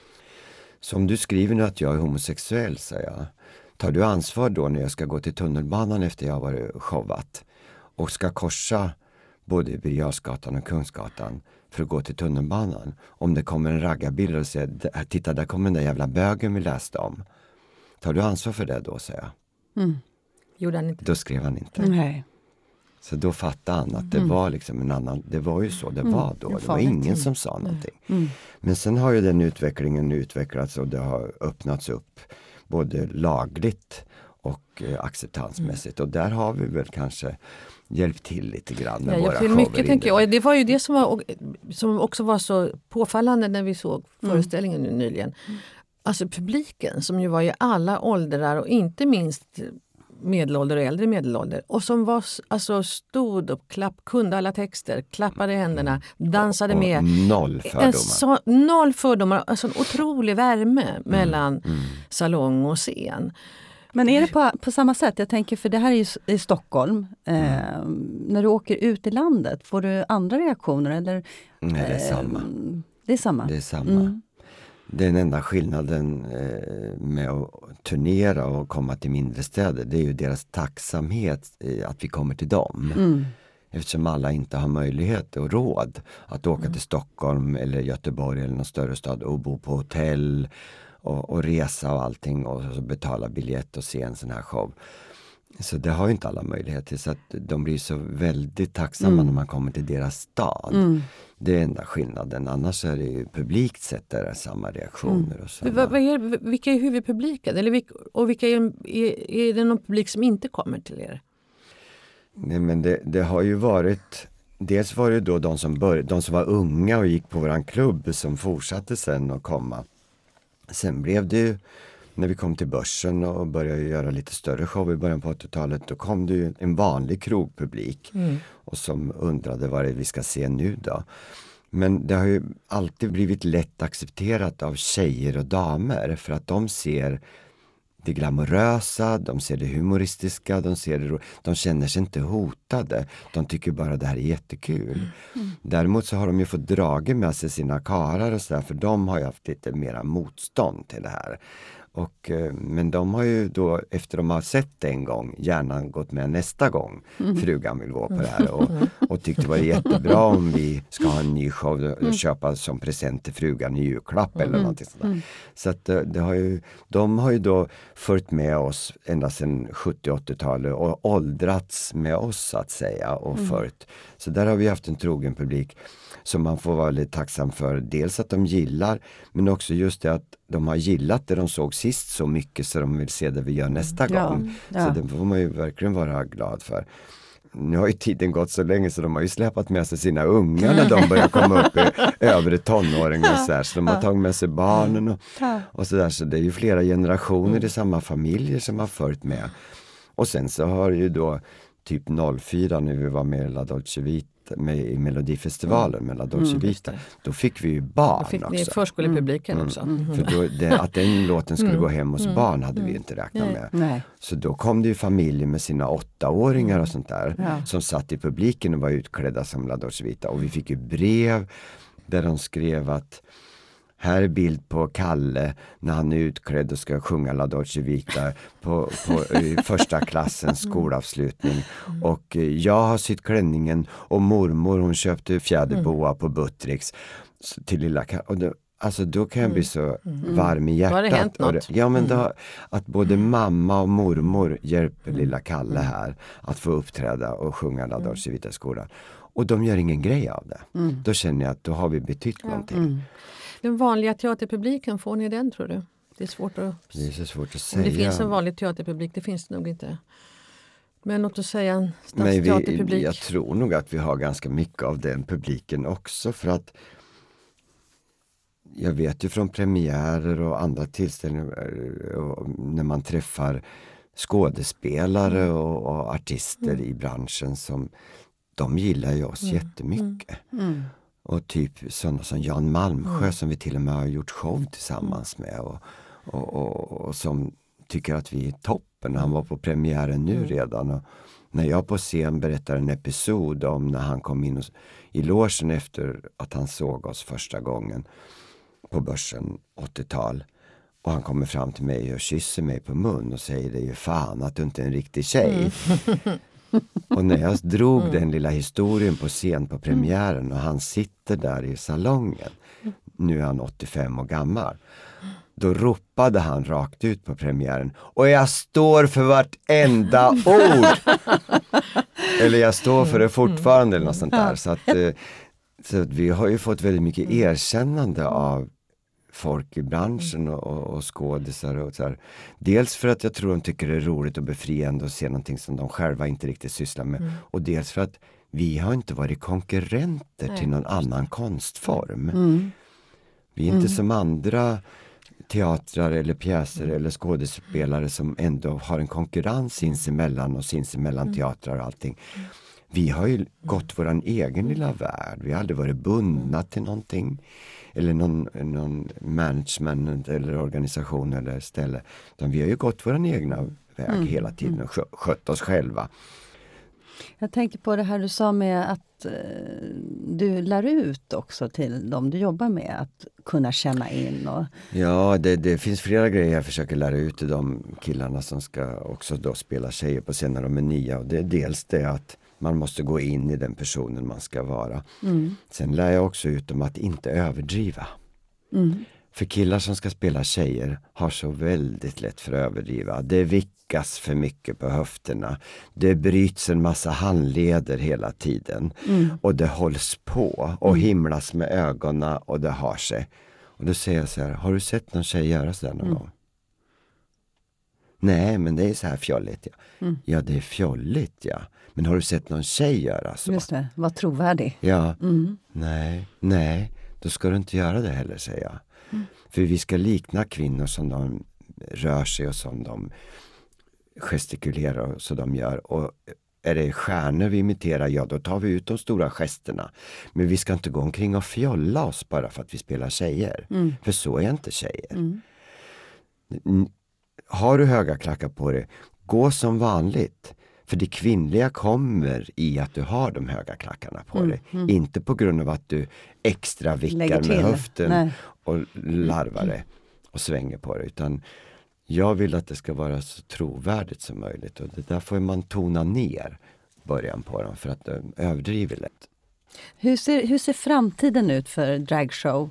Speaker 3: Så om du skriver nu att jag är homosexuell, säger jag, tar du ansvar då när jag ska gå till tunnelbanan efter jag har varit showat och ska korsa både Birger Jarlsgatan och Kungsgatan för att gå till tunnelbanan? Om det kommer en raggarbild och säger, titta där kommer den där jävla bögen vi läste om. Tar du ansvar för det då, säger jag.
Speaker 2: Gjorde han inte?
Speaker 3: Då skrev han inte.
Speaker 1: Nej.
Speaker 3: Så då fattade han att det var liksom en annan, det var ju så det var då. Det var ingen som sa någonting. Men sen har ju den utvecklingen utvecklats och det har öppnats upp både lagligt och acceptansmässigt. Och där har vi väl kanske hjälpt till lite grann med våra shower.
Speaker 2: Mycket tänker jag. Och det var ju det som också var så påfallande när vi såg föreställningen nyligen. Alltså publiken som ju var i alla åldrar och inte minst medelålder och äldre medelålder. Och som var, alltså stod upp, kunde alla texter, klappade händerna, dansade med.
Speaker 3: Noll fördomar.
Speaker 2: Noll fördomar, alltså en otrolig värme mellan salong och scen.
Speaker 1: Men är det på samma sätt? Jag tänker, för det här är ju i Stockholm. När du åker ut i landet, får du andra reaktioner? Eller,
Speaker 3: Nej, det är samma.
Speaker 1: Det är samma?
Speaker 3: Det är samma. Den enda skillnaden med att turnera och komma till mindre städer, det är ju deras tacksamhet att vi kommer till dem. Eftersom alla inte har möjlighet och råd att åka till Stockholm eller Göteborg eller någon större stad och bo på hotell och resa och allting och så betala biljett och se en sån här show. Så det har ju inte alla möjligheter, så att de blir så väldigt tacksamma när man kommer till deras stad. Det är enda skillnaden. Annars är det ju publikt sett där är samma reaktioner. Och samma.
Speaker 2: Vilka är huvudpubliken? Eller vilka är det någon publik som inte kommer till er?
Speaker 3: Nej, men det har ju varit... Dels var det då de som var unga och gick på våran klubb som fortsatte sen att komma. Sen blev det ju... När vi kom till börsen och började göra lite större show i början på 80-talet, då kom det ju en vanlig krogpublik och som undrade vad det är vi ska se nu då. Men det har ju alltid blivit lätt accepterat av tjejer och damer för att de ser det glamorösa, de ser det humoristiska, de känner sig inte hotade. De tycker bara det här är jättekul. Däremot så har de ju fått drag med sig sina karar och sådär, för de har ju haft lite mera motstånd till det här. Men de har ju då, efter de har sett det en gång, gärna gått med nästa gång frugan vill gå på det här och tyckte det var jättebra om vi ska ha en ny show och köpa som present till frugan i julklapp eller någonting sådär. Så att de har ju då följt med oss ända sedan 70-80-talet och åldrats med oss så att säga och följt. Så där har vi haft en trogen publik som man får vara lite tacksam för. Dels att de gillar, men också just det att de har gillat det de såg sist så mycket så de vill se det vi gör nästa gång. Så det får man ju verkligen vara glad för. Nu har ju tiden gått så länge så de har ju släpat med sig sina unga när de börjar komma upp i övre tonåringar. Så de har tagit med sig barnen och sådär. Så det är ju flera generationer i samma familjer som har följt med. Och sen så har ju då typ 04 när vi var med i La Dolce Vita i Melodifestivalen med La Dolce Vita, då fick vi ju barn också. Då fick ni
Speaker 2: förskolepubliken också.
Speaker 3: För då, att den låten skulle gå hem hos barn hade vi inte räknat med.
Speaker 1: Nej.
Speaker 3: Så då kom det ju familjer med sina 8-åringar och sånt där som satt i publiken och var utklädda som La Dolce Vita. Och vi fick ju brev där de skrev att Här är bild på Kalle när han är utklädd och ska sjunga La Dolce Vita på första klassens skolavslutning. Och jag har sytt klänningen och mormor hon köpte fjäderboa på Buttricks till lilla Kalle. Och alltså då kan jag bli så varm i hjärtat.
Speaker 2: Har det hänt något?
Speaker 3: Ja, men då, att både mamma och mormor hjälper lilla Kalle här att få uppträda och sjunga La Dolce Vita i skolan. Och de gör ingen grej av det. Då känner jag att då har vi betytt någonting.
Speaker 2: Den vanliga teaterpubliken, får ni den tror du? Det är svårt att...
Speaker 3: Det är så svårt att säga.
Speaker 2: Det finns en vanlig teaterpublik, det finns det nog inte. Men låt oss säga en stadsteaterpublik.
Speaker 3: Jag tror nog att vi har ganska mycket av den publiken också, för att jag vet ju från premiärer och andra tillställningar och när man träffar skådespelare och artister i branschen som de gillar ju oss jättemycket. Och typ sådana som Jan Malmsjö som vi till och med har gjort show tillsammans med och som tycker att vi är toppen. Han var på premiären nu redan och när jag på scen berättar en episod om när han kom in i logen efter att han såg oss första gången på Börsen 80-tal och han kommer fram till mig och kysser mig på mun och säger det är ju fan att du inte är en riktig tjej. Och när jag drog den lilla historien på scen på premiären och han sitter där i salongen, nu är han 85 år gammal, då ropade han rakt ut på premiären och jag står för vartenda ord. Eller jag står för det fortfarande eller något sånt där. Så att vi har ju fått väldigt mycket erkännande av folk i branschen och skådisar och så här. Dels för att jag tror de tycker det är roligt och befriande att se någonting som de själva inte riktigt sysslar med. Och dels för att vi har inte varit konkurrenter till någon annan konstform. Vi är inte som andra teatrar eller pjäser eller skådespelare som ändå har en konkurrens sinsemellan och sinsemellan teatrar och allting. Vi har ju gått våran egen lilla värld. Vi har aldrig varit bundna till någonting. Eller någon management eller organisation eller ställe. Utan vi har ju gått våran egna väg hela tiden och skött oss själva.
Speaker 1: Jag tänker på det här du sa med att du lär ut också till dem du jobbar med att kunna känna in.
Speaker 3: Ja, det finns flera grejer jag försöker lära ut till de killarna som ska också då spela tjejer på scenen när de är 9. Och det är dels det att man måste gå in i den personen man ska vara. Sen lär jag också ut dem att inte överdriva. För killar som ska spela tjejer har så väldigt lätt för att överdriva. Det vickas för mycket på höfterna. Det bryts en massa handleder hela tiden. Och det hålls på och himlas med ögonen och det har sig. Och då säger jag så här, har du sett någon tjej göra så där någon gång? Nej, men det är så här fjolligt. Ja. Ja, det är fjolligt, ja. Men har du sett någon tjej göra så?
Speaker 1: Just det, var trovärdig.
Speaker 3: Ja, nej, då ska du inte göra det heller, säger jag. För vi ska likna kvinnor som de rör sig och som de gestikulerar och så de gör. Och är det stjärnor vi imiterar, ja då tar vi ut de stora gesterna. Men vi ska inte gå omkring och fjolla oss bara för att vi spelar tjejer. För så är inte tjejer. Har du höga klackar på dig, gå som vanligt. För det kvinnliga kommer i att du har de höga klackarna på dig. Inte på grund av att du extra vickar med höften och larvar det och svänger på det. Utan jag vill att det ska vara så trovärdigt som möjligt. Och det där får man tona ner början på dem för att de överdriver lätt.
Speaker 1: Hur ser framtiden ut för dragshow?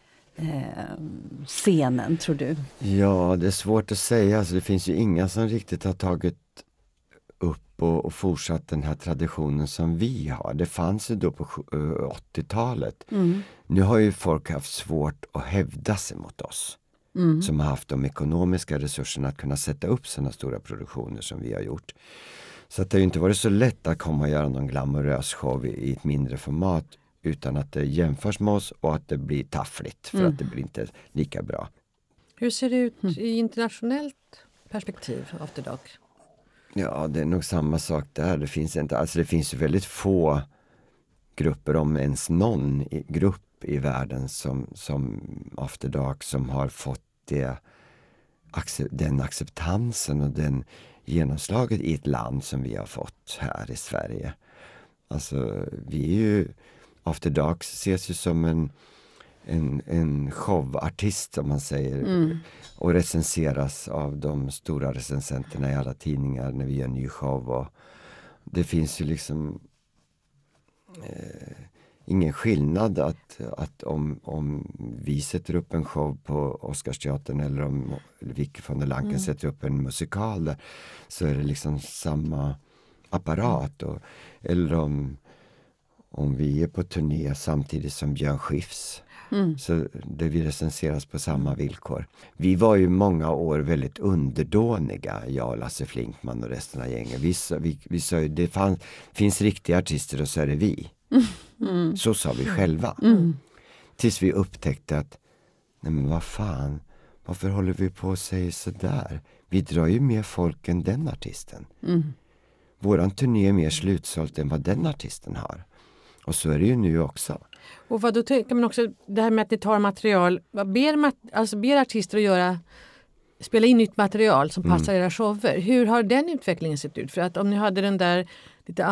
Speaker 1: Scenen, tror du?
Speaker 3: Ja, det är svårt att säga. Alltså, det finns ju inga som riktigt har tagit upp och fortsatt den här traditionen som vi har. Det fanns ju då på 80-talet. Nu har ju folk haft svårt att hävda sig mot oss. Som har haft de ekonomiska resurserna att kunna sätta upp sådana stora produktioner som vi har gjort. Så att det har ju inte varit så lätt att komma och göra någon glamorös show i ett mindre format utan att det jämförs med oss och att det blir taffligt för att det blir inte lika bra.
Speaker 2: Hur ser det ut i internationellt perspektiv After Dark?
Speaker 3: Ja, det är nog samma sak där. Det finns ju väldigt få grupper, om ens någon grupp i världen som After Dark som har fått den acceptansen och den genomslaget i ett land som vi har fått här i Sverige. Alltså vi är ju, After Dark ses ju som en showartist som man säger och recenseras av de stora recensenterna i alla tidningar när vi gör en ny show. Och det finns ju liksom ingen skillnad att om vi sätter upp en show på Oscarsteatern eller om Vicky von der Lancken sätter upp en musikal där, så är det liksom samma apparat. Eller om vi är på turné samtidigt som Björn Skifs, så det vi recenseras på samma villkor. Vi var ju många år väldigt underdåniga, jag och Lasse Flinkman och resten av gänget. Vi sa ju, det finns riktiga artister och så är det vi. Så sa vi själva. Tills vi upptäckte att nej men vad fan, varför håller vi på att säga sådär? Vi drar ju mer folk än den artisten. Våran turné är mer slutsålt än vad den artisten har. Och så är det ju nu också.
Speaker 2: Och vad då tänker man också, det här med att ni tar material, ber artister att spela in nytt material som passar era shower. Hur har den utvecklingen sett ut? För att om ni hade den där lite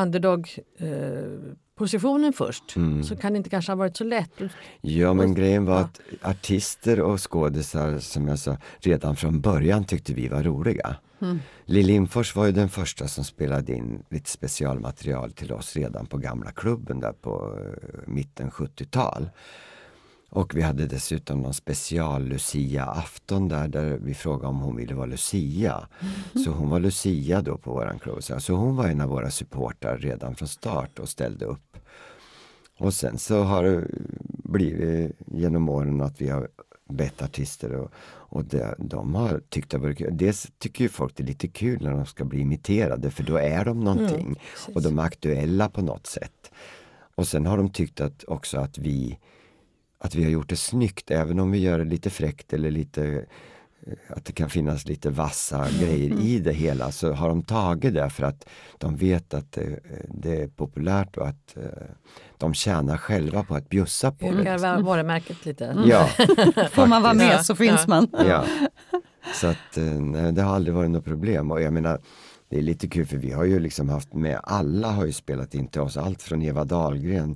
Speaker 2: underdog-positionen först, så kan det inte kanske ha varit så lätt.
Speaker 3: Ja, men grejen var att artister och skådisar, som jag sa, redan från början tyckte vi var roliga. Lill Lindfors var ju den första som spelade in lite specialmaterial till oss redan på gamla klubben där på mitten 70-tal. Och vi hade dessutom någon special Lucia-afton där vi frågade om hon ville vara Lucia. Så hon var Lucia då på våran klubb. Så hon var en av våra supportrar redan från start och ställde upp. Och sen så har det blivit genom åren att vi har bett artister och de har tyckt att det var kul. Dels tycker ju folk det är lite kul när de ska bli imiterade, för då är de någonting och de är aktuella på något sätt. Och sen har de tyckt också att vi har gjort det snyggt, även om vi gör det lite fräckt eller lite att det kan finnas lite vassa grejer i det hela, så har de tagit det för att de vet att det är populärt och att de tjänar själva på att bjussa på det.
Speaker 2: Ökar varumärket lite.
Speaker 3: Ja,
Speaker 1: får man vara med så finns man.
Speaker 3: Ja. Så att det har aldrig varit något problem. Och jag menar, det är lite kul för vi har ju liksom haft med, alla har ju spelat in till oss, allt från Eva Dahlgren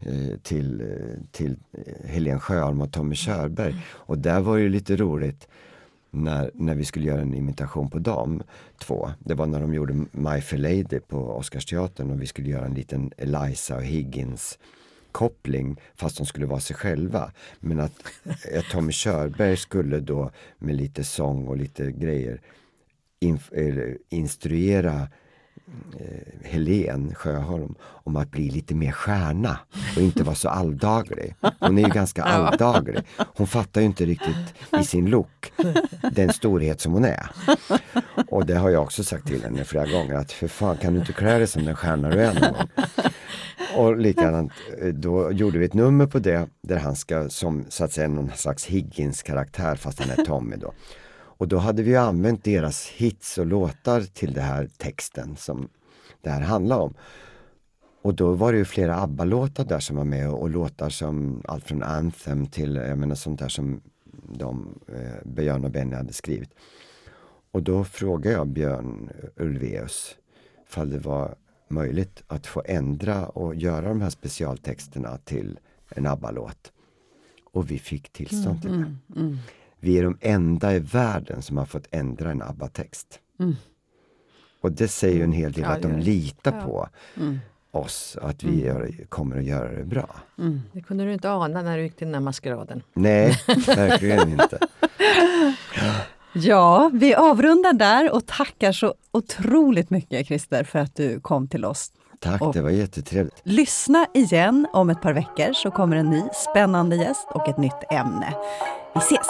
Speaker 3: till Helen Sjöholm och Tommy Körberg. Och där var det lite roligt när vi skulle göra en imitation på dem två. Det var när de gjorde My Fair Lady på Oscarsteatern och vi skulle göra en liten Eliza och Higgins koppling fast de skulle vara sig själva. Men att Tommy Körberg skulle då med lite sång och lite grejer instruera Helen Sjöholm om att bli lite mer stjärna och inte vara så alldaglig. Hon är ju ganska alldaglig. Hon fattar ju inte riktigt i sin look den storhet som hon är. Och det har jag också sagt till henne flera gånger, att för fan, kan du inte klä dig som den stjärna du är någon gång? Och likadant, då gjorde vi ett nummer på det där han ska som så att säga någon slags Higgins-karaktär fast han är Tommy då. Och då hade vi använt deras hits och låtar till det här texten som det här handlar om. Och då var det ju flera ABBA-låtar där som var med och låtar som allt från Anthem till, jag menar, sånt där som Björn och Benny hade skrivit. Och då frågade jag Björn Ulvaeus ifall det var möjligt att få ändra och göra de här specialtexterna till en ABBA-låt. Och vi fick tillstånd till det. Vi är de enda i världen som har fått ändra en ABBA-text. Och det säger ju en hel del att de litar på oss, att vi kommer att göra det bra.
Speaker 2: Det kunde du inte ana när du gick till den här maskeraden.
Speaker 3: Nej, verkligen inte.
Speaker 1: Ja, vi avrundar där och tackar så otroligt mycket, Christer, för att du kom till oss.
Speaker 3: Tack, det var jättetrevligt.
Speaker 1: Lyssna igen om ett par veckor så kommer en ny spännande gäst och ett nytt ämne. Vi ses!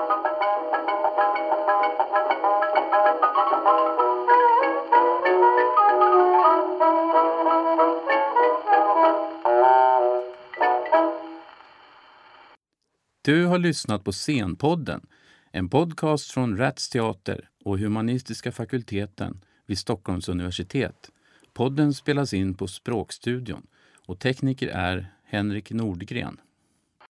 Speaker 4: Du har lyssnat på Scenpodden, en podcast från Rats Teater och Humanistiska fakulteten vid Stockholms universitet. Podden spelas in på Språkstudion och tekniker är Henrik Nordgren.